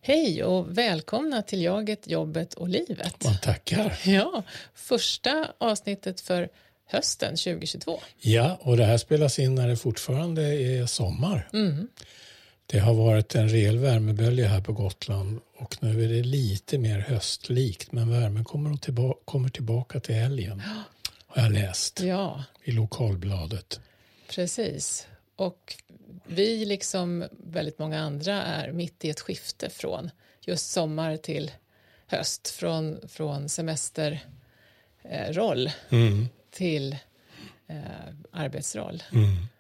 Hej och välkomna till Jaget, jobbet och livet. Man tackar. Ja, första avsnittet för hösten 2022. Ja, och det här spelas in när det fortfarande är sommar. Mm. Det har varit en rejäl värmebölja här på Gotland och nu är det lite mer höstlikt, men värmen kommer tillbaka till helgen. Har jag läst i lokalbladet. Precis. Och vi liksom väldigt många andra är mitt i ett skifte från just sommar till höst. Från semesterroll till arbetsroll.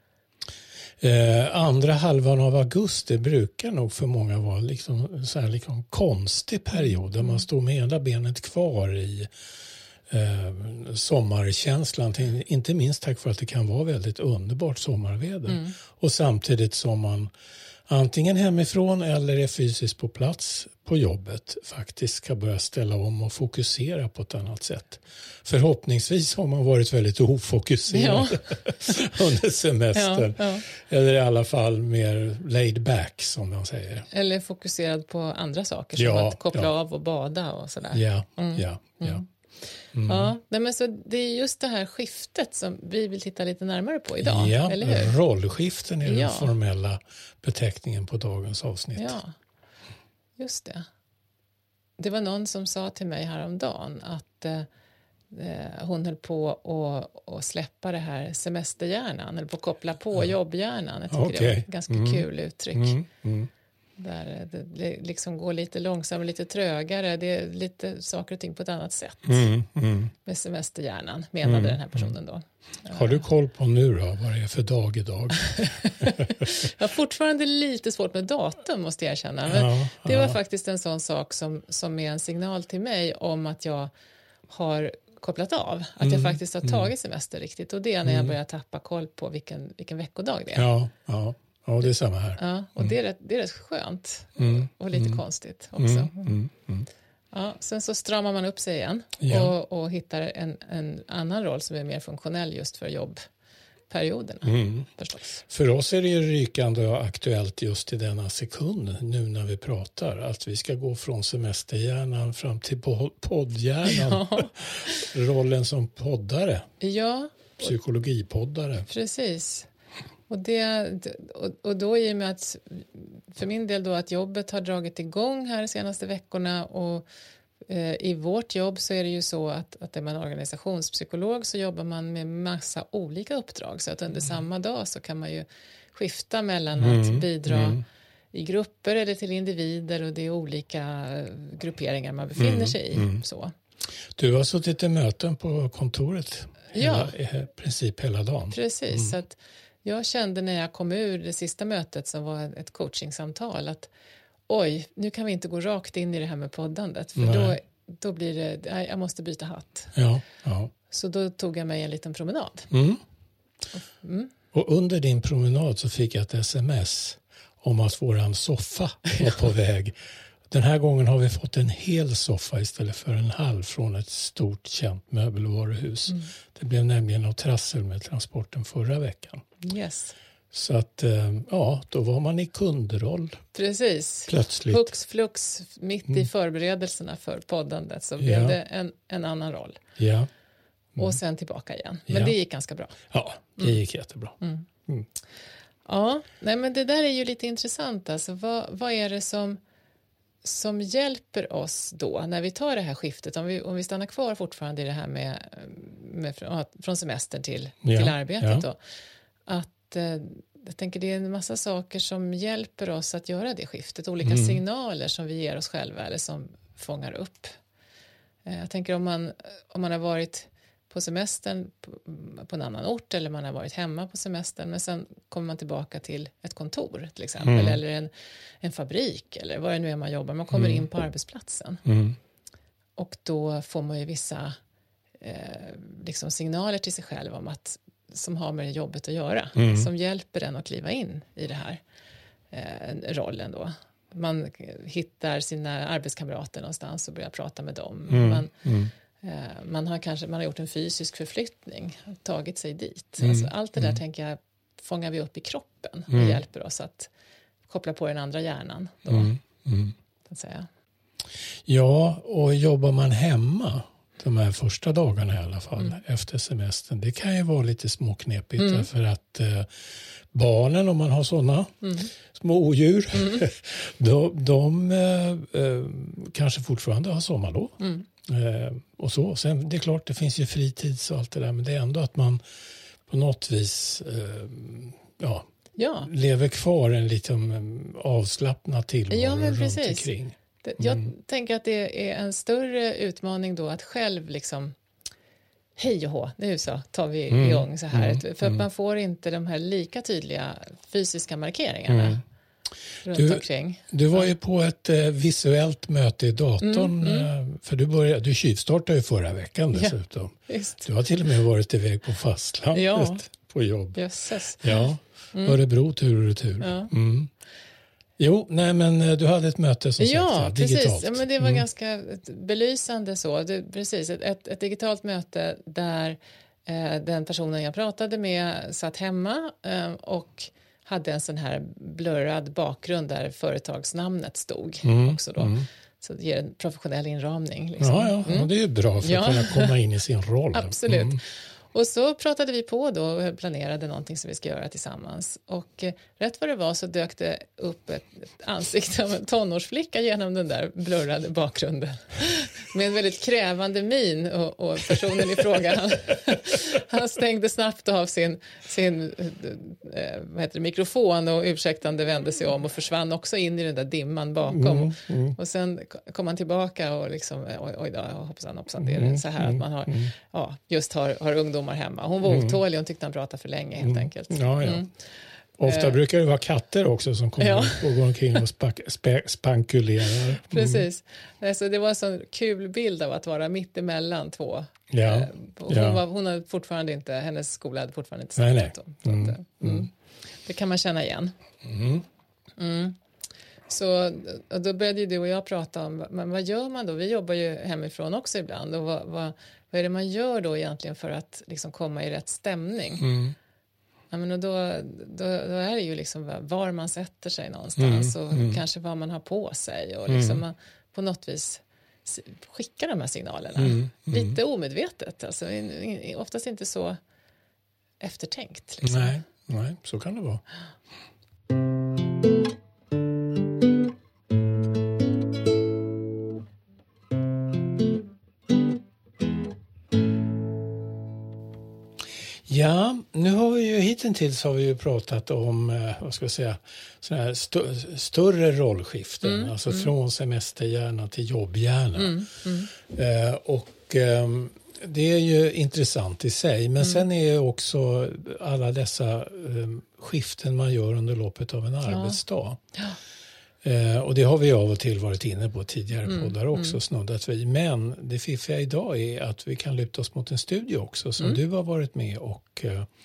Andra halvan av augusti brukar nog för många vara liksom konstig period där man står med ena benet kvar i sommarkänslan, inte minst tack för att det kan vara väldigt underbart sommarväder och samtidigt som man antingen hemifrån eller är fysiskt på plats på jobbet faktiskt ska börja ställa om och fokusera på ett annat sätt. Förhoppningsvis har man varit väldigt ofokuserad under semestern. Eller i alla fall mer laid back som man säger. Eller fokuserad på andra saker som att koppla av och bada och sådär. Ja. Ja, men så det är just det här skiftet som vi vill titta lite närmare på idag, eller hur? Rollskiften är den formella beteckningen på dagens avsnitt. Ja, just det. Det var någon som sa till mig häromdagen att hon höll på att släppa det här semesterhjärnan, eller på att koppla på jobbhjärnan. Jag tycker det var ett ganska kul uttryck. Där det liksom går lite långsammare, lite trögare. Det är lite saker och ting på ett annat sätt. Med semesterhjärnan, menade den här personen då. Har du koll på nu då, vad det är för dag idag? Jag har fortfarande lite svårt med datum, måste jag erkänna. Men det var faktiskt en sån sak som är en signal till mig om att jag har kopplat av. Att jag faktiskt har tagit semester riktigt. Och det är när jag börjar tappa koll på vilken veckodag det är. Ja, det är samma här. Ja, och det är rätt skönt och lite konstigt också. Ja, sen så stramar man upp sig igen och hittar en annan roll som är mer funktionell just för jobbperioderna förstås. För oss är det ju rykande och aktuellt just i denna sekund nu när vi pratar att vi ska gå från semesterhjärnan fram till poddhjärnan. Rollen som poddare. Ja. Psykologipoddare. Precis. Och då i och med att för min del då att jobbet har dragit igång här de senaste veckorna och i vårt jobb så är det ju så att är man organisationspsykolog så jobbar man med massa olika uppdrag, så att under samma dag så kan man ju skifta mellan att bidra i grupper eller till individer, och det är olika grupperingar man befinner sig i. Så. Du har suttit i möten på kontoret i princip hela dagen. Precis, så att jag kände när jag kom ur det sista mötet som var ett coachingsamtal att nu kan vi inte gå rakt in i det här med poddandet, för då blir det, jag måste byta hatt. Ja. Så då tog jag mig en liten promenad. Och under din promenad så fick jag ett sms om att våran soffa var på väg. Den här gången har vi fått en hel soffa istället för en halv från ett stort känt möbelvaruhus. Det blev nämligen något trassel med transporten förra veckan. Yes. Så att, då var man i kundroll. Precis. Plötsligt. Hux flux, mitt i förberedelserna för poddandet så blev det en annan roll. Ja. Och sen tillbaka igen. Men det gick ganska bra. Ja, det gick jättebra. Ja, men det där är ju lite intressant. Alltså, vad är det som hjälper oss då när vi tar det här skiftet, om vi stannar kvar fortfarande i det här med från semester till arbetet då, att jag tänker det är en massa saker som hjälper oss att göra det skiftet, olika signaler som vi ger oss själva eller som fångar upp. Jag tänker om man har varit på semestern på en annan ort, eller man har varit hemma på semestern men sen kommer man tillbaka till ett kontor till exempel, eller en fabrik eller vad det nu är man jobbar. Man kommer in på arbetsplatsen och då får man ju vissa liksom signaler till sig själv om att, som har med jobbet att göra, som hjälper en att kliva in i det här rollen då. Man hittar sina arbetskamrater någonstans och börjar prata med dem. Man har gjort en fysisk förflyttning, tagit sig dit. Alltså allt det där tänker jag fångar vi upp i kroppen och hjälper oss att koppla på den andra hjärnan då. så att säga. Ja, och jobbar man hemma de här första dagarna i alla fall efter semestern, det kan ju vara lite småknepigt därför att barnen, om man har sådana små odjur, de kanske fortfarande har sommarlov. Och så. Sen det är klart, det finns ju fritids och allt det där, men det är ändå att man på något vis lever kvar en liten avslappnad tillvaro runt omkring. Jag tänker att det är en större utmaning då att själv liksom hej och hå, nu så tar vi igång så här. För att man får inte de här lika tydliga fysiska markeringarna runt omkring. Du var ju på ett visuellt möte i datorn, för du tjuvstartade ju förra veckan dessutom. Just. Du har till och med varit iväg på fastlandet på jobb. Jösses. Ja, Örebro tur och retur. Ja. Jo, nej men du hade ett möte som sagt, digitalt. Precis. Ja, men det var ganska belysande så. Precis, ett digitalt möte där den personen jag pratade med satt hemma och hade en sån här blurrad bakgrund där företagsnamnet stod också då. Så det ger en professionell inramning. Liksom. Ja, det är ju bra för att kunna komma in i sin roll. Absolut. Och så pratade vi på då och planerade någonting som vi ska göra tillsammans. Och rätt vad det var så dök det upp ett ansikte av en tonårsflicka genom den där blurrade bakgrunden. Med en väldigt krävande min och personen i fråga. Han stängde snabbt av sin mikrofon och ursäktande vände sig om och försvann också in i den där dimman bakom. Och sen kom han tillbaka och liksom, oj då, hoppsan, det är så här att man har, just har ungdomar hemma. Hon var otålig, hon tyckte han pratade för länge helt enkelt. Ofta brukar det vara katter också som kommer och går omkring och spankulerar. Precis. Så det var en sån kul bild av att vara mitt emellan två. Hon hade fortfarande inte, hennes skola hade fortfarande inte startat. Det kan man känna igen. Så då började du och jag prata om, men vad gör man då? Vi jobbar ju hemifrån också ibland. Och vad är det man gör då egentligen för att liksom komma i rätt stämning? Ja, men och då är det ju liksom var man sätter sig någonstans och kanske vad man har på sig och liksom man på något vis skickar de här signalerna. Lite omedvetet, alltså oftast inte så eftertänkt. Liksom. Nej, så kan det vara. Ja, nu har vi ju hittills pratat om såna här större rollskiften, alltså från semesterhjärna till jobbhjärna. Det är ju intressant i sig, men sen är ju också alla dessa skiften man gör under loppet av en arbetsdag. Och det har vi av och till varit inne på tidigare poddar också, snuddat vid. Men det fiffiga idag är att vi kan luta oss mot en studie också som du har varit med och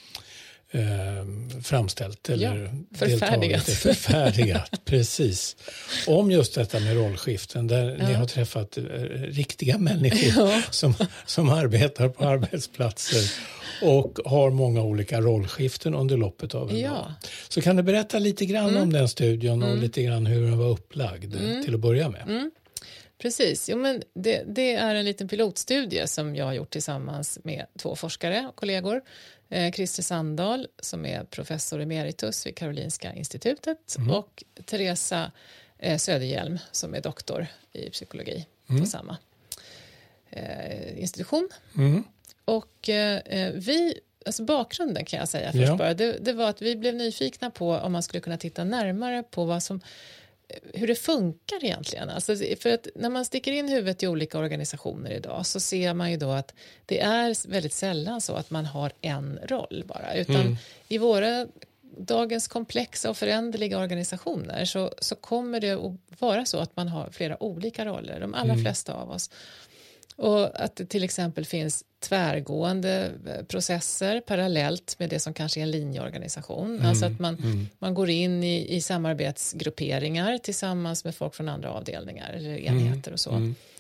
framställt eller förfärdigat, precis. Om just detta med rollskiften där ni har träffat riktiga människor som arbetar på arbetsplatser och har många olika rollskiften under loppet av en dag. Så kan du berätta lite grann om den studien och lite grann hur den var upplagd till att börja med? Precis, men det är en liten pilotstudie som jag har gjort tillsammans med 2 forskare och kollegor. Christer Sandahl som är professor emeritus vid Karolinska institutet och Teresa Söderhjelm som är doktor i psykologi på samma institution. Och bakgrunden kan jag säga först bara, det var att vi blev nyfikna på om man skulle kunna titta närmare på hur det funkar egentligen. Alltså, för att när man sticker in huvudet i olika organisationer idag så ser man ju då att det är väldigt sällan så att man har en roll bara. Utan i våra dagens komplexa och föränderliga organisationer så kommer det att vara så att man har flera olika roller. De allra flesta av oss. Och att det till exempel finns tvärgående processer parallellt med det som kanske är en linjeorganisation. Alltså att man går in i samarbetsgrupperingar tillsammans med folk från andra avdelningar eller enheter och så.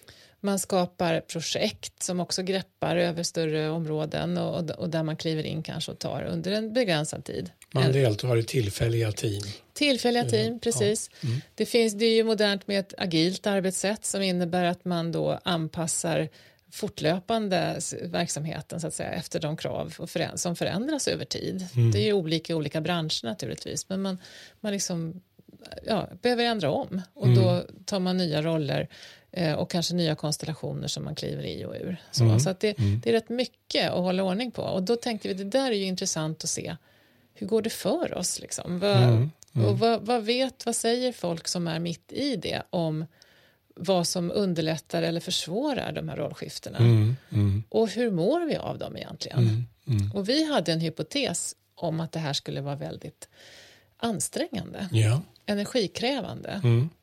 Man skapar projekt som också greppar över större områden och där man kliver in kanske och tar under en begränsad tid. Man deltar i tillfälliga team. Tillfälliga team, precis. Ja. Det är ju modernt med ett agilt arbetssätt som innebär att man då anpassar fortlöpande verksamheten så att säga efter de krav som förändras över tid. Det är ju olika branscher naturligtvis, men man liksom behöver ändra om och då tar man nya roller och kanske nya konstellationer som man kliver i och ur. Så att det är rätt mycket att hålla ordning på, och då tänkte vi det där är ju intressant att se hur går det för oss liksom? Vad säger folk som är mitt i det om vad som underlättar eller försvårar de här rollskiftena? Och hur mår vi av dem egentligen? Och vi hade en hypotes om att det här skulle vara väldigt ansträngande, energikrävande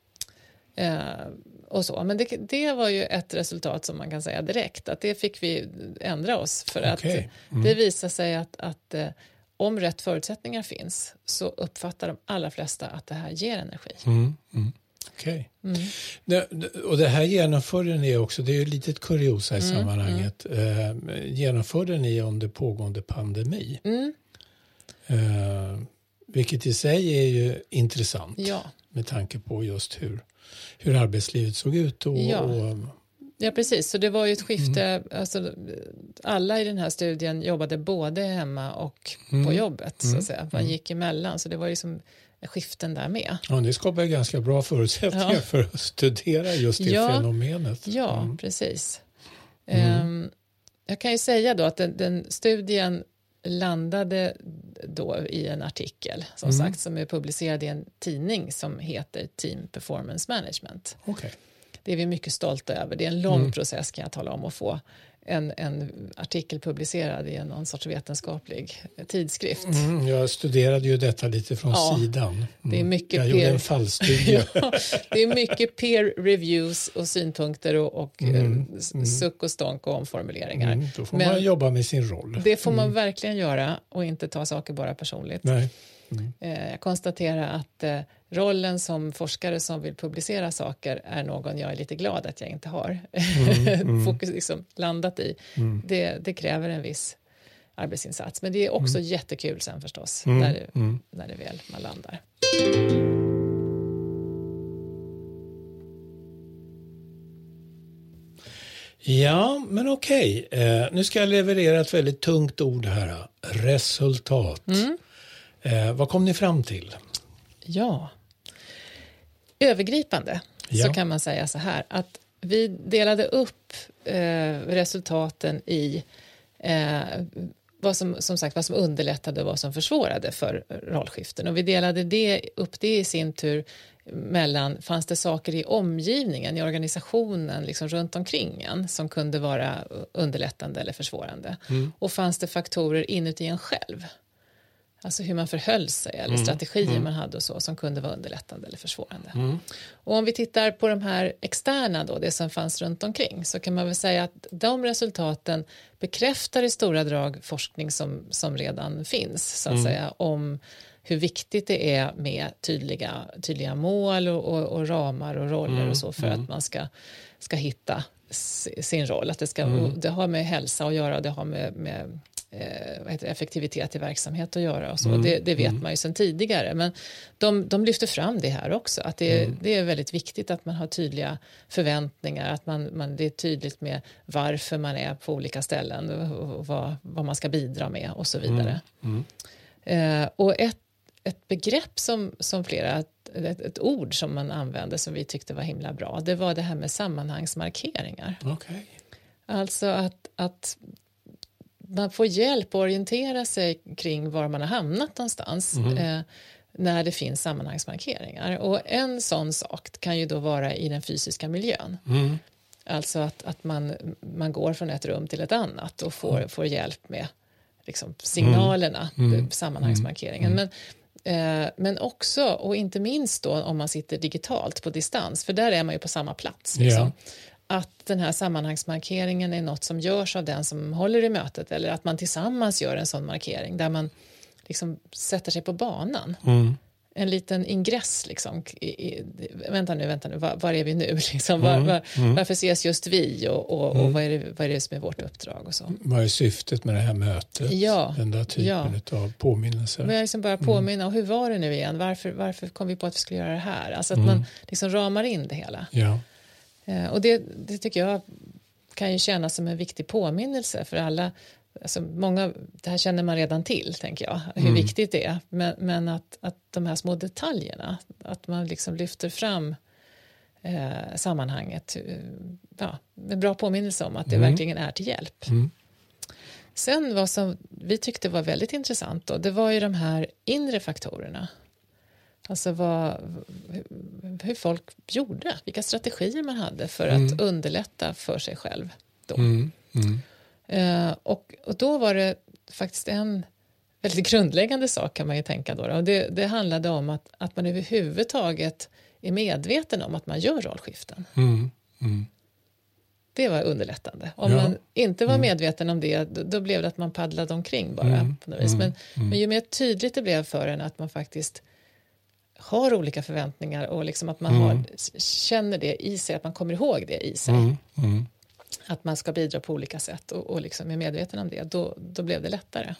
och så. Men det var ju ett resultat som man kan säga direkt, att det fick vi ändra oss för att det visar sig att om rätt förutsättningar finns så uppfattar de allra flesta att det här ger energi. Okej. Och det här genomförde ni också, det är ju ett litet kuriosa i sammanhanget. Genomförde ni under pågående pandemi? Vilket i sig är ju intressant med tanke på just hur arbetslivet såg ut. Ja, precis. Så det var ju ett skifte. Alltså, alla i den här studien jobbade både hemma och på jobbet. Så att säga. Man gick emellan. Så det var ju som skiften där med. Ja, det skapar ganska bra förutsättningar för att studera just det fenomenet. Ja, precis. Jag kan ju säga då att den studien landade då i en artikel som sagt som är publicerad i en tidning som heter Team Performance Management. Okay. Det är vi mycket stolta över. Det är en lång process kan jag tala om att få en artikel publicerad i någon sorts vetenskaplig tidskrift. Jag studerade ju detta lite från sidan. Det är mycket jag gjorde en fallstudie. Det är mycket peer reviews och synpunkter och suck och stånk och omformuleringar. Då får man jobba med sin roll. Det får man verkligen göra och inte ta saker bara personligt. Nej. Jag konstaterar att rollen som forskare som vill publicera saker är någon jag är lite glad att jag inte har fokus liksom landat i. Det kräver en viss arbetsinsats, men det är också jättekul sen förstås när det väl man landar. Ja, men okej. Nu ska jag leverera ett väldigt tungt ord här. Resultat. Vad kom ni fram till? Ja, övergripande så kan man säga så här att vi delade upp resultaten i vad som underlättade och vad som försvårade för rollskiften. Och vi delade upp det i sin tur mellan, fanns det saker i omgivningen, i organisationen liksom runt omkring en som kunde vara underlättande eller försvårande. Och fanns det faktorer inuti en själv. Alltså hur man förhöll sig eller strategier man hade och så som kunde vara underlättande eller försvårande. Och om vi tittar på de här externa då, det som fanns runt omkring, så kan man väl säga att de resultaten bekräftar i stora drag forskning som redan finns så att säga om hur viktigt det är med tydliga mål och ramar och roller och så för att man ska hitta sin roll. Att det har med hälsa att göra och det har med effektivitet i verksamhet att göra och så. Det vet man ju sedan tidigare, men de lyfter fram det här också, att det är väldigt viktigt att man har tydliga förväntningar, att det är tydligt med varför man är på olika ställen och vad man ska bidra med och så vidare. Och ett begrepp som flera, ett ord som man använde som vi tyckte var himla bra, det var det här med sammanhangsmarkeringar. Okay. Alltså att man får hjälp att orientera sig kring var man har hamnat någonstans när det finns sammanhangsmarkeringar. Och en sån sak kan ju då vara i den fysiska miljön. Alltså att man går från ett rum till ett annat och får hjälp med liksom, signalerna, sammanhangsmarkeringen. Men också, och inte minst då om man sitter digitalt på distans, för där är man ju på samma plats. Liksom. Att den här sammanhangsmarkeringen är något som görs av den som håller i mötet, eller att man tillsammans gör en sån markering där man liksom sätter sig på banan en liten ingress liksom, vänta nu, var är vi nu liksom, varför ses just vi och vad är det som är vårt uppdrag och så. Vad är syftet med det här mötet? Ja, den där typen av påminnelser. Men jag liksom bara påminna, och hur var det nu igen? Varför kom vi på att vi skulle göra det här? Alltså att man liksom ramar in det hela. Ja. Och det tycker jag kan ju kännas som en viktig påminnelse för alla. Alltså det här känner man redan till, tänker jag, hur viktigt det är. Men att de här små detaljerna, att man liksom lyfter fram sammanhanget, en bra påminnelse om att det verkligen är till hjälp. Sen vad som vi tyckte var väldigt intressant då, det var ju de här inre faktorerna. Alltså hur folk gjorde, vilka strategier man hade för att underlätta för sig själv då. Och då var det faktiskt en väldigt grundläggande sak, kan man ju tänka då. Och det handlade om att man överhuvudtaget är medveten om att man gör rollskiften. Det var underlättande. Om man inte var medveten om det, då blev det att man paddlade omkring bara på något vis. Men ju mer tydligt det blev för en att man faktiskt har olika förväntningar och liksom att man känner det i sig, att man kommer ihåg det i sig. Att man ska bidra på olika sätt och liksom är medveten om det, då blev det lättare.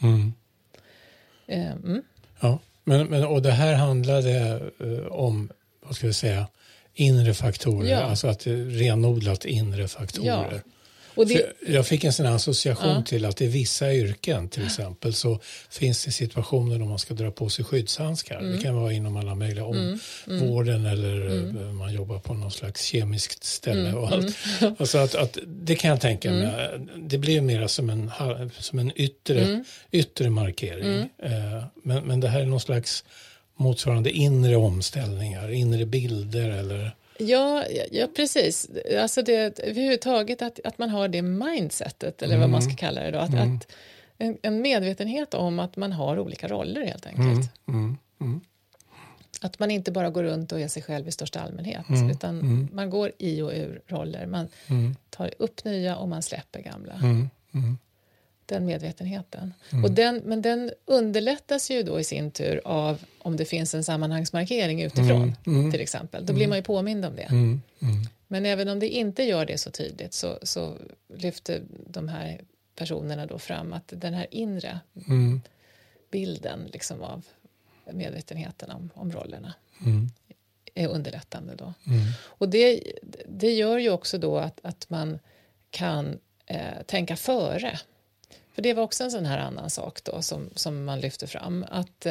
Ja, men och det här handlade om, vad ska vi säga, inre faktorer, alltså att renodlat inre faktorer. Ja. Och jag fick en sån här association till att i vissa yrken till exempel så finns det situationer då man ska dra på sig skyddshandskar. Det kan vara inom alla möjliga vården eller man jobbar på någon slags kemiskt ställe och allt. Alltså att det kan jag tänka mig. Det blir mer som en yttre markering. Men det här är någon slags motsvarande inre omställningar, inre bilder eller... Ja, precis. Alltså det överhuvudtaget att man har det mindsetet, eller vad man ska kalla det då. Att en medvetenhet om att man har olika roller helt enkelt. Att man inte bara går runt och är sig själv i största allmänhet. Utan man går i och ur roller. Man tar upp nya och man släpper gamla. Den medvetenheten. Men den underlättas ju då i sin tur av om det finns en sammanhangsmarkering utifrån till exempel. Då blir man ju påmind om det. Men även om det inte gör det så tydligt så lyfter de här personerna då fram att den här inre bilden liksom av medvetenheten om rollerna är underlättande då. Och det gör ju också då att man kan tänka före. För det var också en sån här annan sak då som man lyfter fram. Att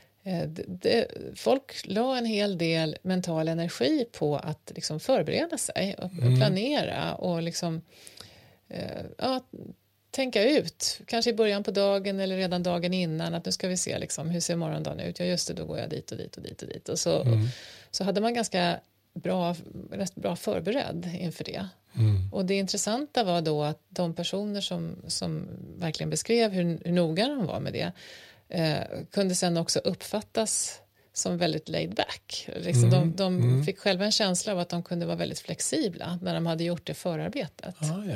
folk la en hel del mental energi på att liksom förbereda sig och planera och liksom tänka ut. Kanske i början på dagen eller redan dagen innan att nu ska vi se liksom, hur ser morgondagen ut. Ja just det, då går jag dit och dit och dit och dit. Och så hade man ganska bra förberedd inför det. Och det intressanta var då att de personer som verkligen beskrev hur noga de var med det kunde sen också uppfattas som väldigt laid back. Liksom de fick själva en känsla av att de kunde vara väldigt flexibla när de hade gjort det förarbetet.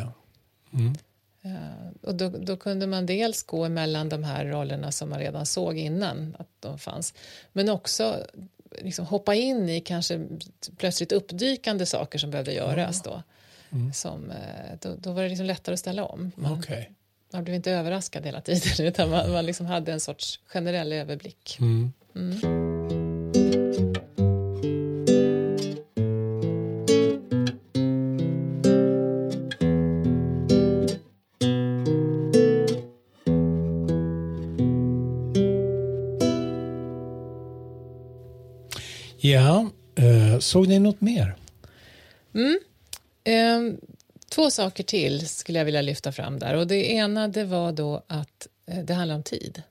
Och då kunde man dels gå emellan de här rollerna som man redan såg innan att de fanns, men också liksom hoppa in i kanske plötsligt uppdykande saker som behövde göras då. Då var det liksom lättare att ställa om. Man blev inte överraskad hela tiden utan man liksom hade en sorts generell överblick. Ja, såg ni något mer? Två saker till skulle jag vilja lyfta fram där. Och det ena det var då att det handlar om tid.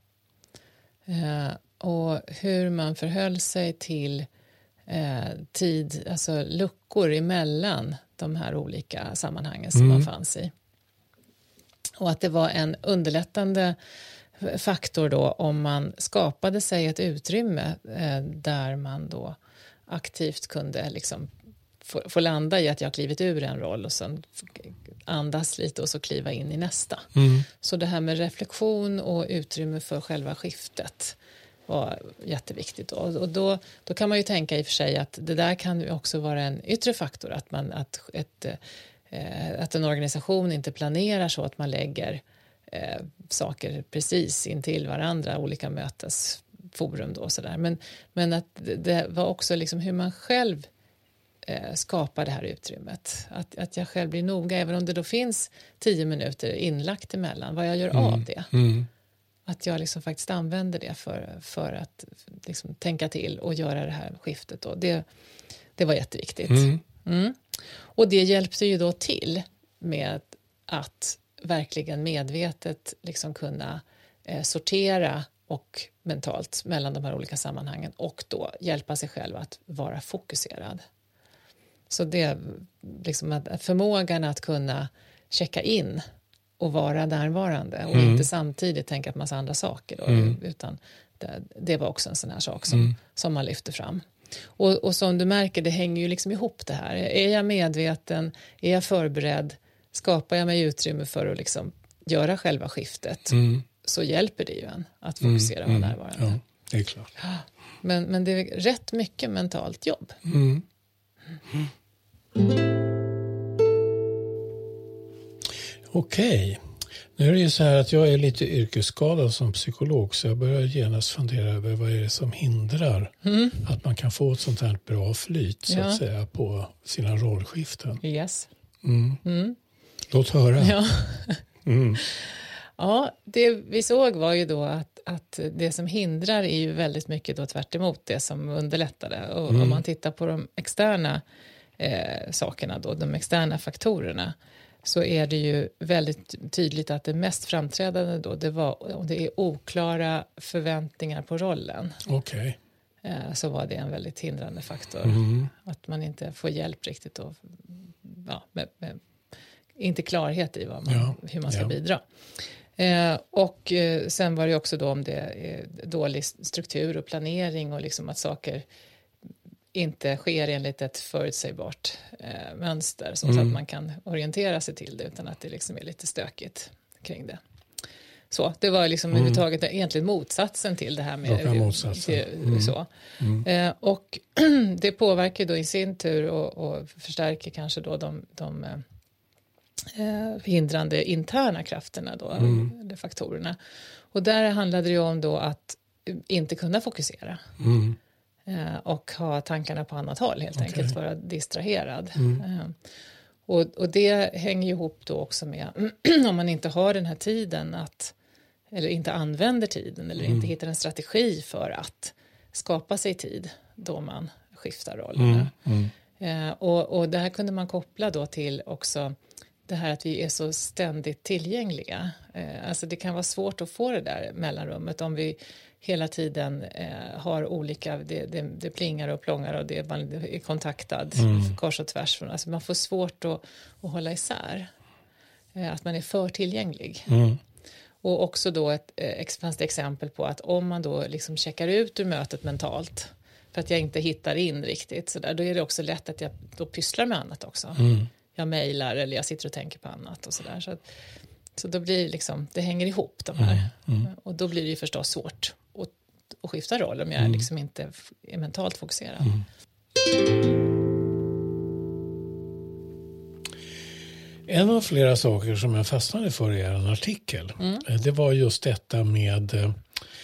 Och hur man förhöll sig till tid, alltså luckor emellan de här olika sammanhangen som man fanns i. Och att det var en underlättande faktor då om man skapade sig ett utrymme där man då aktivt kunde liksom få landa i att jag har klivit ur en roll och sen andas lite och så kliva in i nästa. Så det här med reflektion och utrymme för själva skiftet var jätteviktigt då. Och då kan man ju tänka i och för sig att det där kan ju också vara en yttre faktor, att en organisation inte planerar så att man lägger saker precis intill varandra, olika mötesforum då och sådär. Men att det var också liksom hur man själv skapar det här utrymmet. Att jag själv blir noga, även om det då finns 10 minuter inlagt emellan, vad jag gör av det. Att jag liksom faktiskt använder det för att liksom tänka till och göra det här skiftet då. Det var jätteviktigt. Och det hjälpte ju då till med att verkligen medvetet liksom kunna sortera och mentalt mellan de här olika sammanhangen och då hjälpa sig själv att vara fokuserad. Så det liksom att förmågan att kunna checka in och vara närvarande och inte samtidigt tänka på massa andra saker då, utan det var också en sån här sak som man lyfter fram. Och som du märker, det hänger ju liksom ihop det här. Är jag medveten? Är jag förberedd? Skapar jag mig utrymme för att liksom göra själva skiftet? Så hjälper det ju en att fokusera och vara närvarande. Ja, det är klart. Men det är rätt mycket mentalt jobb. Okej. Nu är det ju så här att jag är lite yrkesskadad som psykolog, så jag börjar genast fundera över vad är det som hindrar att man kan få ett sånt här bra flyt så att säga på sina rollskiften. Yes. Låt höra. Ja. Ja, det vi såg var ju då att det som hindrar är ju väldigt mycket då tvärt emot det som underlättade. Och om man tittar på de externa sakerna då, de externa faktorerna, så är det ju väldigt tydligt att det mest framträdande då det är oklara förväntningar på rollen. Okej. Så var det en väldigt hindrande faktor. Att man inte får hjälp riktigt då, med inte klarhet i hur man ska bidra. Och sen var det också då om det är dålig struktur och planering och liksom att saker inte sker enligt ett förutsägbart mönster så att man kan orientera sig till det, utan att det liksom är lite stökigt kring det. Så det var liksom överhuvudtaget egentligen motsatsen till det här med så. Och det påverkar då i sin tur och förstärker kanske då de hindrande interna krafterna då, eller faktorerna. Och där handlade det ju om då att inte kunna fokusera. Och ha tankarna på annat håll helt enkelt, vara distraherad. Och det hänger ju ihop då också med om man inte har den här tiden eller inte använder tiden eller inte hittar en strategi för att skapa sig tid då man skiftar rollerna. Och det här kunde man koppla då till också det här att vi är så ständigt tillgängliga. Alltså det kan vara svårt att få det där mellanrummet om vi hela tiden har olika, det plingar och plångar och man är kontaktad kors och tvärs. Alltså man får svårt att hålla isär. Att man är för tillgänglig. Och också då fanns det exempel på att om man då liksom checkar ut ur mötet mentalt för att jag inte hittar in riktigt så där, då är det också lätt att jag då pysslar med annat också. Jag mejlar eller jag sitter och tänker på annat och sådär. Så då blir liksom, det hänger ihop de här. Och då blir det ju förstås svårt att skifta roll om jag liksom inte är mentalt fokuserad. En av flera saker som jag fastnade för i en artikel, det var just detta med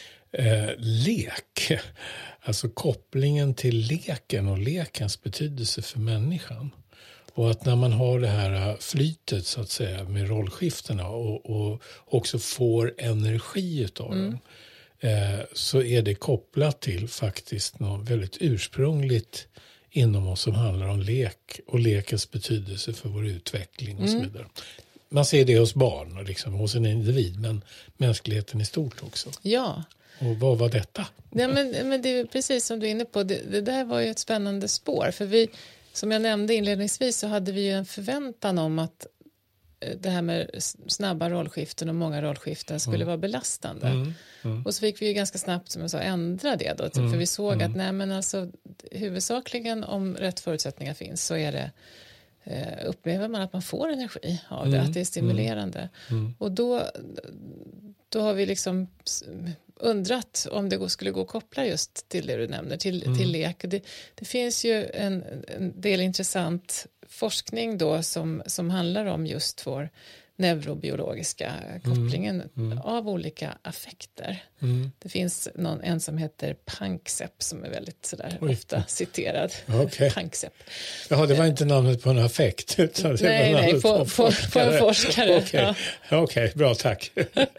lek. Alltså kopplingen till leken och lekens betydelse för människan. Och att när man har det här flytet så att säga med rollskiftena och också får energi utav dem, så är det kopplat till faktiskt något väldigt ursprungligt inom oss som handlar om lek och lekens betydelse för vår utveckling och så vidare. Man ser det hos barn och liksom hos en individ, men mänskligheten i stort också. Ja. Och vad var detta? Ja, men det är precis som du är inne på. Det där var ju ett spännande spår. För vi, som jag nämnde inledningsvis, så hade vi ju en förväntan om att det här med snabba rollskiften och många rollskiften skulle vara belastande. Och så fick vi ju ganska snabbt, som jag sa, ändra det då. För vi såg att nej, men alltså, huvudsakligen om rätt förutsättningar finns så är det upplever man att man får energi av det, att det är stimulerande. Och då har vi liksom undrat om det skulle gå att koppla just till det du nämner, till lek. Det finns ju en del intressant forskning då som handlar om just vår neurobiologiska kopplingen av olika affekter. Det finns en som heter Panksepp som är väldigt sådär ofta citerad. Okay. Panksepp. Jaha, det var inte namnet på en affekt. Utan det nej, var på en forskare. Okej, bra, tack.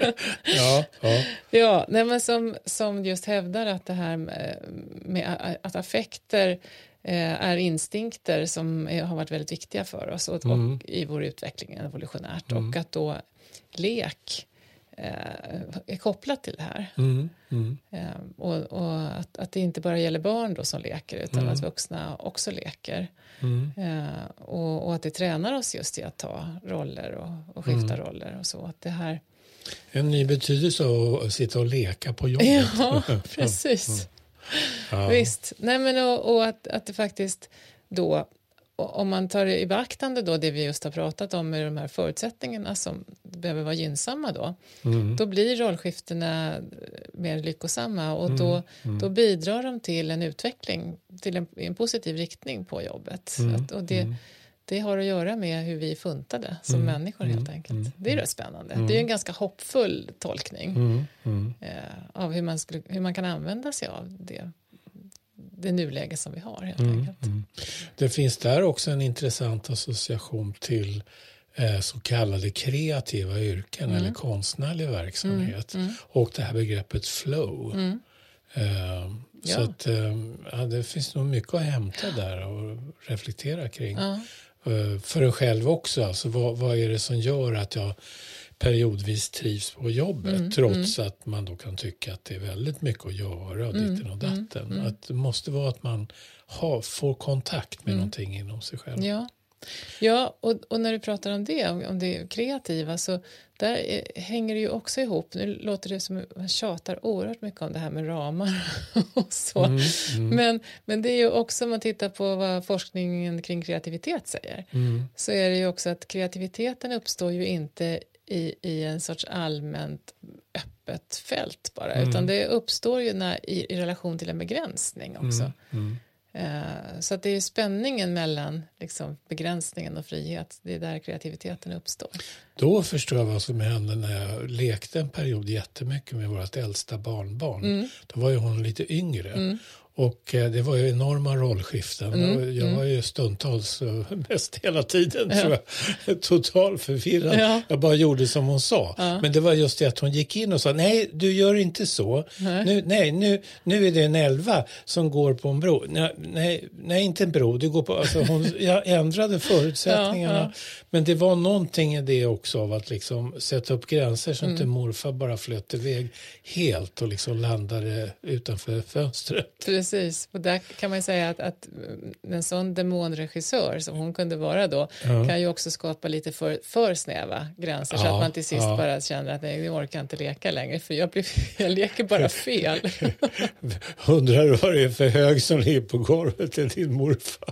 Ja, nej, men som just hävdar att det här med att affekter är instinkter som har varit väldigt viktiga för oss och i vår utveckling evolutionärt och att då lek är kopplat till det här. Och att det inte bara gäller barn då som leker utan att vuxna också leker. Och att det tränar oss just i att ta roller och skifta roller och så. Att det här... En ny betydelse att sitta och leka på jobbet. Ja, precis. Ja. Visst, nej men och att det faktiskt då, om man tar i beaktande då det vi just har pratat om med de här förutsättningarna som behöver vara gynnsamma då blir rollskiftena mer lyckosamma och då bidrar de till en utveckling till en positiv riktning på jobbet. Och det har att göra med hur vi är funtade som människor helt enkelt. Det är rätt spännande. Det är en ganska hoppfull tolkning av hur man kan använda sig av det nuläge som vi har helt enkelt. Det finns där också en intressant association till så kallade kreativa yrken eller konstnärlig verksamhet och det här begreppet flow. Så att det finns nog mycket att hämta där och reflektera kring. För en själv också, alltså vad är det som gör att jag periodvis trivs på jobbet trots att man då kan tycka att det är väldigt mycket att göra och ditten och datten. Att det måste vara att man får kontakt med någonting inom sig själv. Ja, och när du pratar om det kreativa så där hänger det ju också ihop. Nu låter det som att man tjatar oerhört mycket om det här med ramar och så. Men det är ju också om man tittar på vad forskningen kring kreativitet säger. Så är det ju också att kreativiteten uppstår ju inte i en sorts allmänt öppet fält bara. Utan det uppstår ju i relation till en begränsning också. Så att det är spänningen mellan liksom, begränsningen och frihet. Det är där kreativiteten uppstår. Då förstår jag vad som hände när jag lekte en period jättemycket med vårt äldsta barnbarn. Då var ju hon lite yngre. Och det var ju enorma rollskiften. Jag var ju stundtals mest hela tiden tror jag. Total förvirrad. Jag bara gjorde som hon sa. Men det var just det att hon gick in och sa nej, du gör inte så. Nu är det en 11 som går på en bro. Nej, inte en bro. Du går på, alltså jag ändrade förutsättningarna. Men det var någonting i det också av att liksom sätta upp gränser så att inte morfar bara flöt iväg helt och liksom landade utanför fönstret. Precis, och där kan man säga att en sån demonregissör som hon kunde vara då kan ju också skapa lite för snäva gränser så att man till sist bara känner att nej, jag orkar inte leka längre för jag leker bara fel. Undrar du vad det är för hög som ligger på golvet till din morfar?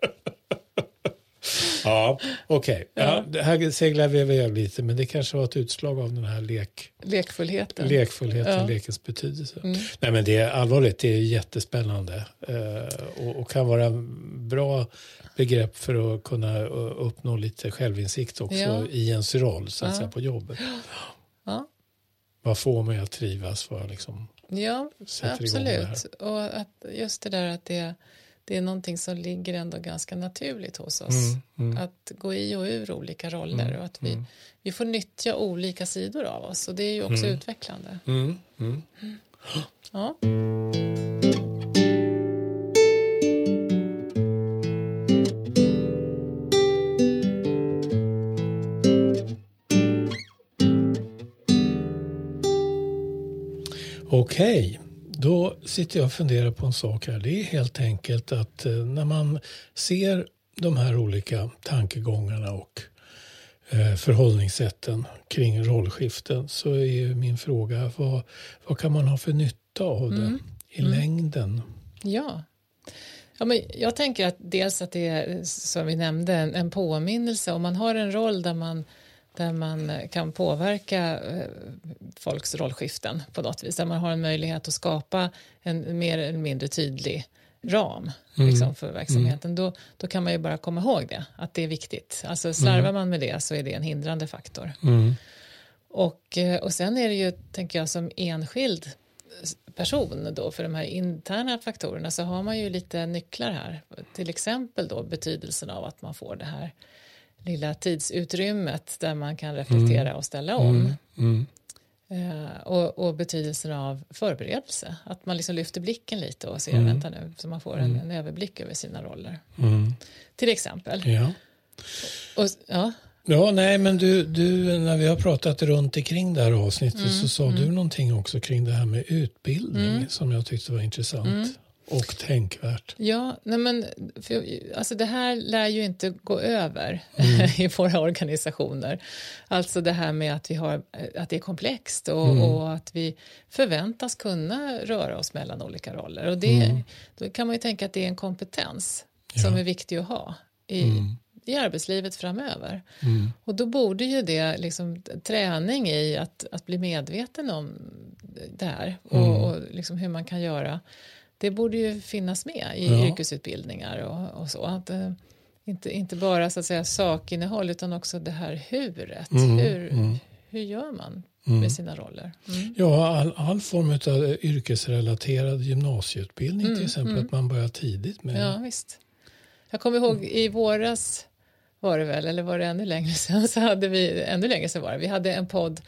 Ja, okej. Ja, det här seglar vi iväg lite, men det kanske var ett utslag av den här lekfullheten, lekens betydelse. Nej, men det är allvarligt, det är jättespännande och kan vara en bra begrepp för att kunna uppnå lite självinsikt också i ens roll så att säga, på jobbet. Vad får mig att trivas? Vad liksom absolut. Och att just det där att det är någonting som ligger ändå ganska naturligt hos oss. Att gå i och ur olika roller och att vi får nyttja olika sidor av oss. Och det är ju också utvecklande. Ja. Okej. Då sitter jag och funderar på en sak här. Det är helt enkelt att när man ser de här olika tankegångarna och förhållningssätten kring rollskiften så är ju min fråga vad kan man ha för nytta av det i längden? Ja, men jag tänker att dels att det är som vi nämnde en påminnelse om man har en roll där man där man kan påverka folks rollskiften på något vis. Där man har en möjlighet att skapa en mer eller mindre tydlig ram liksom, för verksamheten. Då kan man ju bara komma ihåg det, att det är viktigt. Alltså slarvar man med det så är det en hindrande faktor. Och sen är det ju, tänker jag, som enskild person då, för de här interna faktorerna, så har man ju lite nycklar här. Till exempel då betydelsen av att man får det här lilla tidsutrymmet där man kan reflektera och ställa om. Och betydelsen av förberedelse. Att man liksom lyfter blicken lite och ser, vänta nu, så man får en överblick över sina roller. Till exempel. Ja. Ja, nej, men du, när vi har pratat runt omkring det här avsnittet så sa du någonting också kring det här med utbildning som jag tyckte var intressant och tänkvärt. Ja, nej men alltså det här lär ju inte gå över i våra organisationer. Alltså det här med att det är komplext och att vi förväntas kunna röra oss mellan olika roller. Och då kan man ju tänka att det är en kompetens som är viktig att ha i arbetslivet framöver. Och då borde ju det liksom träning i att bli medveten om det här och liksom hur man kan göra. Det borde ju finnas med i yrkesutbildningar och så. Att, inte bara så att säga sakinnehåll utan också det här huret. Hur gör man med sina roller? Ja, all form av yrkesrelaterad gymnasieutbildning till exempel. Att man börjar tidigt med. Ja, visst. Jag kommer ihåg i våras var det väl, eller var det ännu längre sedan, så hade vi hade en podd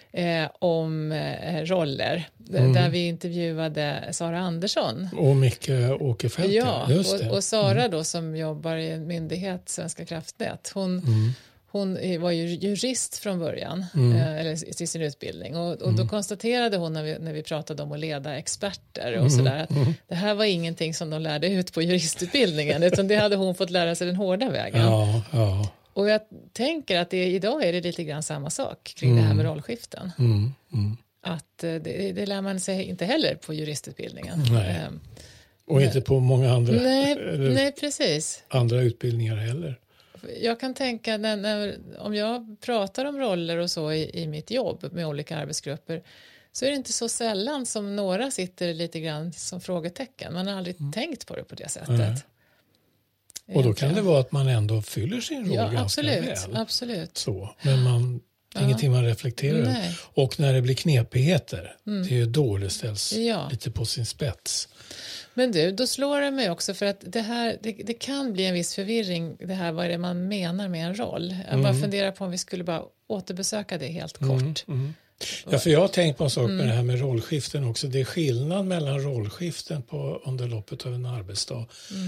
om roller där vi intervjuade Sara Andersson och Micke Åkerfeldt. Ja, och Sara då som jobbar i en myndighet, Svenska kraftnät, hon var ju jurist från början eller i sin utbildning och då konstaterade hon när vi pratade om att leda experter och sådär att det här var ingenting som de lärde ut på juristutbildningen utan det hade hon fått lära sig den hårda vägen. Ja. Och jag tänker att idag är det lite grann samma sak kring det här med rollskiften. Att det lär man sig inte heller på juristutbildningen. Nej. Och inte på många andra, nej, precis. andra utbildningar heller. Jag kan tänka om jag pratar om roller och så i mitt jobb med olika arbetsgrupper så är det inte så sällan som några sitter lite grann som frågetecken. Man har aldrig tänkt på det på det sättet. Och då kan det vara att man ändå fyller sin roll ganska absolut, väl. Absolut. Så, men ingenting man reflekterar över. Och när det blir knepigheter, det är ju då det ställs lite på sin spets. Men du, då slår det mig också för att det kan bli en viss förvirring det här vad är det man menar med en roll. Jag bara funderar på om vi skulle bara återbesöka det helt kort. Ja, för jag har tänkt på en sak med det här med rollskiften också. Det är skillnad mellan rollskiften under loppet av en arbetsdag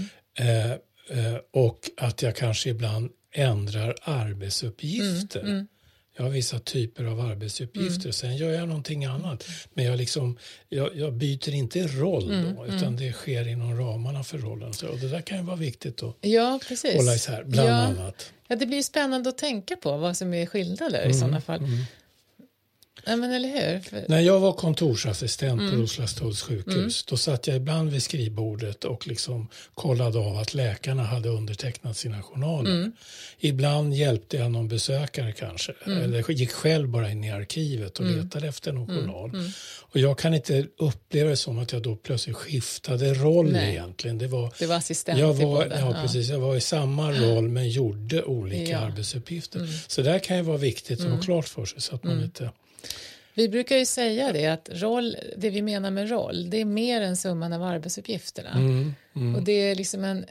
och att jag kanske ibland ändrar arbetsuppgifter. Jag har vissa typer av arbetsuppgifter och sen gör jag någonting annat. Men jag byter inte roll då, utan det sker inom ramarna för rollen. Och det där kan ju vara viktigt att hålla isär, bland annat. Ja, det blir spännande att tänka på vad som är skillnader i sådana fall. Ja, men eller hur? När jag var kontorsassistent på Roslagstulls sjukhus, då satt jag ibland vid skrivbordet och liksom kollade av att läkarna hade undertecknat sina journaler. Ibland hjälpte jag någon besökare kanske, eller gick själv bara in i arkivet och letade efter någon journal. Och jag kan inte uppleva det som att jag då plötsligt skiftade roll egentligen. Det var assistent precis. Jag var i samma roll men gjorde olika arbetsuppgifter. Så där kan ju vara viktigt att ha klart för sig så att man inte... Vi brukar ju säga det att det vi menar med roll, det är mer än summan av arbetsuppgifterna. Och det är liksom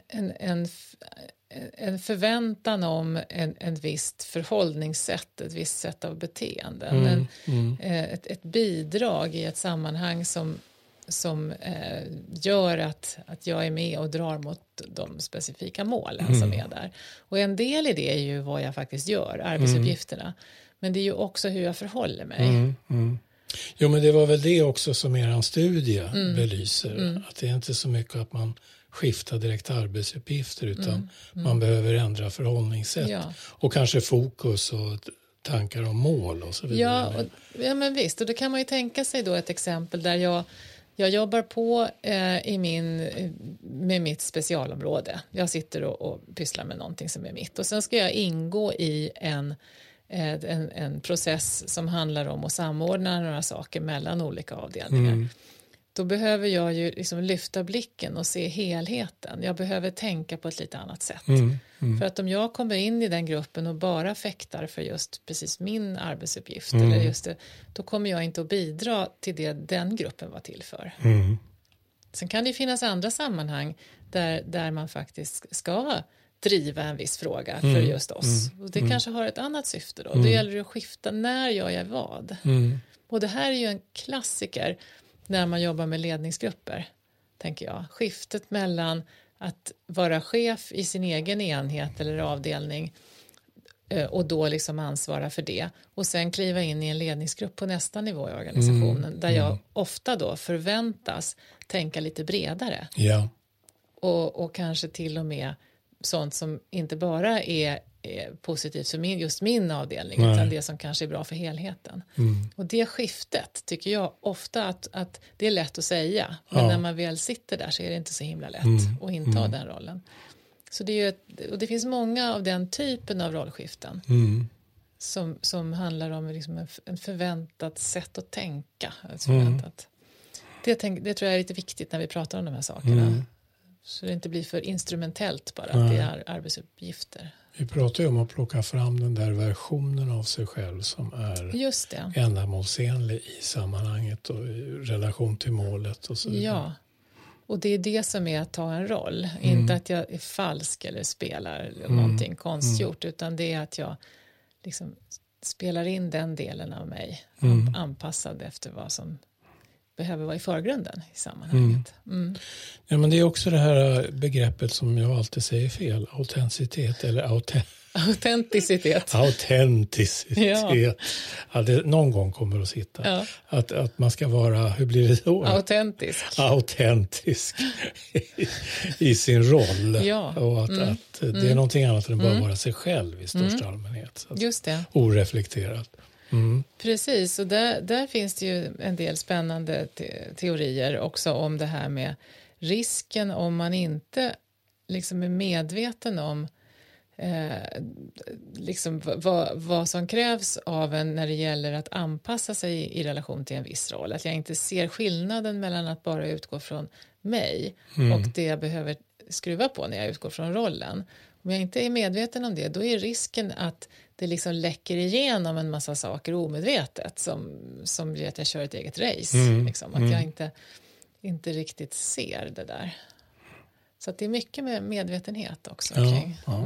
en förväntan om ett visst förhållningssätt, ett visst sätt av beteenden. Ett bidrag i ett sammanhang som gör att jag är med och drar mot de specifika målen som är där. Och en del i det är ju vad jag faktiskt gör, arbetsuppgifterna. Men det är ju också hur jag förhåller mig. Jo, men det var väl det också som er studie belyser. Att det är inte så mycket att man skiftar direkt arbetsuppgifter utan man behöver ändra förhållningssätt. Ja. Och kanske fokus och tankar om mål och så vidare. Ja, men visst. Och då kan man ju tänka sig då ett exempel där jag jobbar på med mitt specialområde. Jag sitter och pysslar med någonting som är mitt. Och sen ska jag ingå i en process som handlar om att samordna några saker mellan olika avdelningar. Då behöver jag ju liksom lyfta blicken och se helheten. Jag behöver tänka på ett lite annat sätt. För att om jag kommer in i den gruppen och bara fäktar för just precis min arbetsuppgift, eller just det, då kommer jag inte att bidra till det den gruppen var till för. Sen kan det finnas andra sammanhang där man faktiskt ska driva en viss fråga för just oss. Och det kanske har ett annat syfte då. Då gäller det att skifta när jag gör vad. Och det här är ju en klassiker när man jobbar med ledningsgrupper, tänker jag. Skiftet mellan att vara chef i sin egen enhet eller avdelning och då liksom ansvara för det. Och sen kliva in i en ledningsgrupp på nästa nivå i organisationen där jag ofta då förväntas tänka lite bredare. Ja. Och kanske till och med sånt som inte bara är positivt för just min avdelning utan det som kanske är bra för helheten. Och det skiftet tycker jag ofta att det är lätt att säga, men när man väl sitter där så är det inte så himla lätt att inta den rollen. Så det är ju och det finns många av den typen av rollskiften som handlar om liksom en förväntat sätt att tänka. Det tror jag är lite viktigt när vi pratar om de här sakerna. Så det inte blir för instrumentellt bara att det är arbetsuppgifter. Vi pratar ju om att plocka fram den där versionen av sig själv som är just det. ändamålsenlig i sammanhanget och i relation till målet och så vidare. Ja, och det är det som är att ta en roll. Inte att jag är falsk eller spelar någonting konstgjort, utan det är att jag liksom spelar in den delen av mig anpassad efter vad som behöver vara i förgrunden i sammanhanget. Ja, men det är också det här begreppet som jag alltid säger fel, autenticitet eller autenticitet. Autenticitet. Ja, någon gång kommer det att sitta. Ja. Att man ska vara, hur blir det då? Autentisk i sin roll. Ja. Och att det är någonting annat än bara vara sig själv i största allmänhet. Så just det. Oreflekterat. Precis, och där finns det ju en del spännande teorier också om det här med risken om man inte liksom är medveten om liksom vad som krävs av en när det gäller att anpassa sig i relation till en viss roll. Att jag inte ser skillnaden mellan att bara utgå från mig och det jag behöver skruva på när jag utgår från rollen. Om jag inte är medveten om det, då är risken att det liksom läcker igenom en massa saker omedvetet som gör att jag kör ett eget race. Liksom. Att jag inte riktigt ser det där. Så att det är mycket med medvetenhet också. Kring. Ja.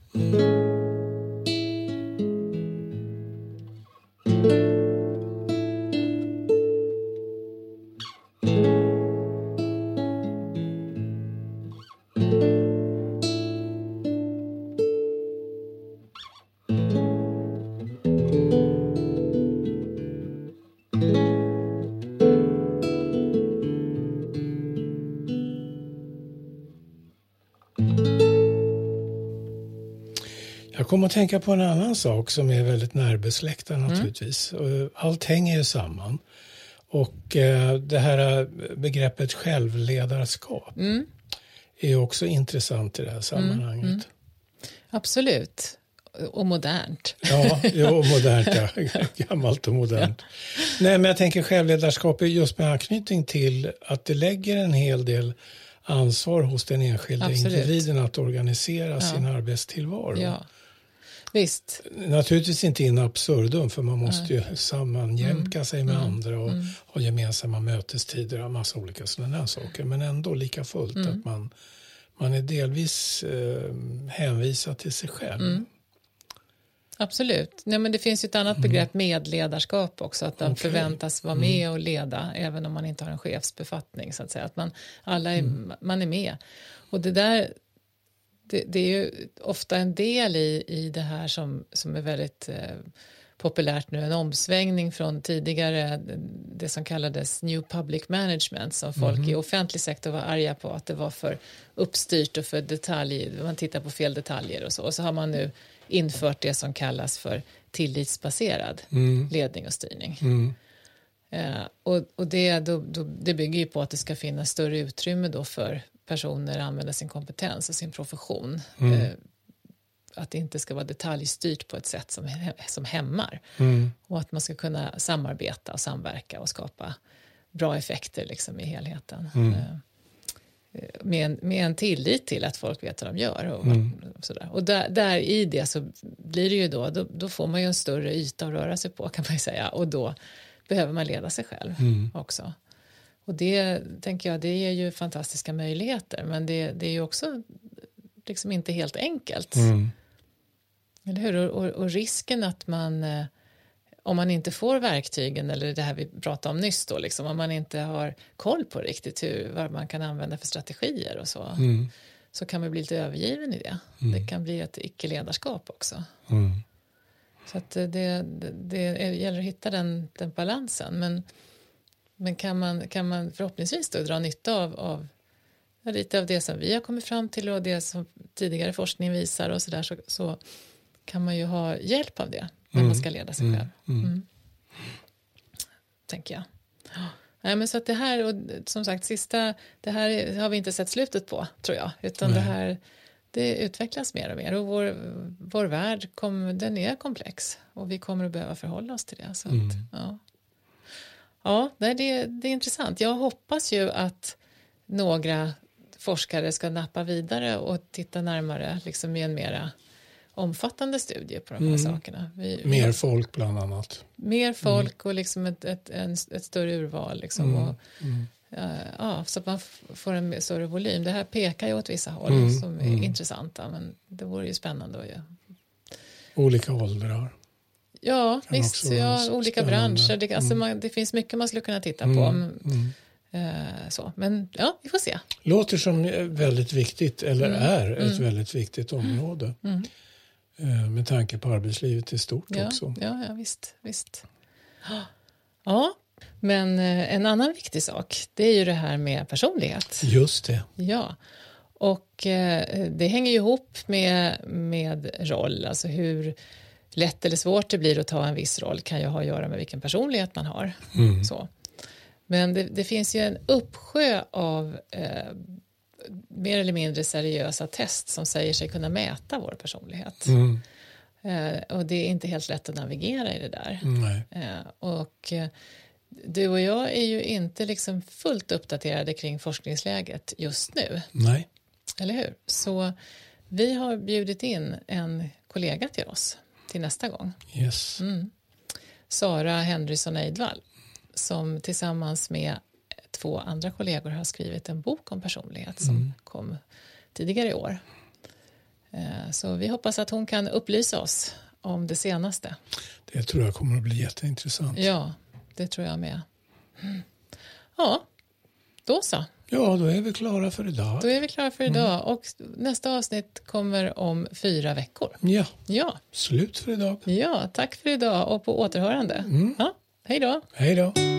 Jag kommer att tänka på en annan sak som är väldigt närbesläktad naturligtvis. Allt hänger ju samman. Och det här begreppet självledarskap är också intressant i det här sammanhanget. Absolut. Och modernt. Ja, modernt. Ja. Gammalt och modernt. Nej, men jag tänker självledarskap är just med anknytning till att det lägger en hel del ansvar hos den enskilda individen att organisera sin arbetstillvaro. Ja. Visst. Naturligtvis inte in absurdum, för man måste ju sammanjämka sig med andra och ha gemensamma mötestider och massa olika sådana här saker. Men ändå lika fullt att man är delvis hänvisad till sig själv. Absolut. Nej, men det finns ju ett annat begrepp, medledarskap också, att man förväntas vara med och leda även om man inte har en chefsbefattning så att säga. Att man är med. Och det där det är ju ofta en del i det här som är väldigt populärt nu, en omsvängning från tidigare det som kallades New Public Management, som folk i offentlig sektor var arga på att det var för uppstyrt och för detalj, man tittar på fel detaljer och så har man nu infört det som kallas för tillitsbaserad ledning och styrning. Och det bygger ju på att det ska finnas större utrymme då för personer att använda sin kompetens och sin profession att det inte ska vara detaljstyrt på ett sätt som hämmar. Och att man ska kunna samarbeta och samverka och skapa bra effekter liksom i helheten. Med en tillit till att folk vet vad de gör. Och sådär. Och där i det så blir det ju då får man ju en större yta att röra sig på, kan man ju säga. Och då behöver man leda sig själv också. Och det tänker jag, det ger ju fantastiska möjligheter. Men det är ju också liksom inte helt enkelt. Eller hur? Och risken att man, om man inte får verktygen, eller det här vi pratade om nyss då, liksom, om man inte har koll på riktigt vad man kan använda för strategier och så kan man bli lite övergiven i det. Det kan bli ett icke-ledarskap också. Så att det gäller att hitta den balansen. Men kan man förhoppningsvis då dra nytta av lite av det som vi har kommit fram till och det som tidigare forskning visar och så kan man ju ha hjälp av det när man ska leda sig själv. Tänker jag. Nej, men så att det här, och som sagt det här har vi inte sett slutet på, tror jag, utan det utvecklas mer och mer, och vår värld den är komplex och vi kommer att behöva förhålla oss till det. Så att, det är intressant. Jag hoppas ju att några forskare ska nappa vidare och titta närmare liksom i en mera omfattande studie på de här sakerna. Mer folk bland annat. Mer folk och liksom ett större urval liksom, så att man får en större volym. Det här pekar ju åt vissa håll som är intressanta, men det vore ju spännande att göra. Olika åldrar. Ja, visst. Olika branscher. Det finns mycket man skulle kunna titta på. Men ja, vi får se. Låter som väldigt viktigt, eller är ett väldigt viktigt område. Med tanke på arbetslivet i stort också. Ja, visst. Ja, men en annan viktig sak, det är ju det här med personlighet. Just det. Ja, och det hänger ju ihop med roll. Alltså hur lätt eller svårt det blir att ta en viss roll kan ju ha att göra med vilken personlighet man har. Så. Men det finns ju en uppsjö av mer eller mindre seriösa test som säger sig kunna mäta vår personlighet. Och det är inte helt lätt att navigera i det där. Och du och jag är ju inte liksom fullt uppdaterade kring forskningsläget just nu. Nej. Eller hur? Så vi har bjudit in en kollega till oss till nästa gång. Yes. Sara Henrysson Eidvall, som tillsammans med 2 andra kollegor har skrivit en bok om personlighet som kom tidigare i år. Så vi hoppas att hon kan upplysa oss om det senaste. Det tror jag kommer att bli jätteintressant. Ja, det tror jag med. Ja, då så. Ja, då är vi klara för idag. Och nästa avsnitt kommer om 4 veckor. Ja. Slut för idag. Ja, tack för idag och på återhörande. Ja, hej då. Hej då.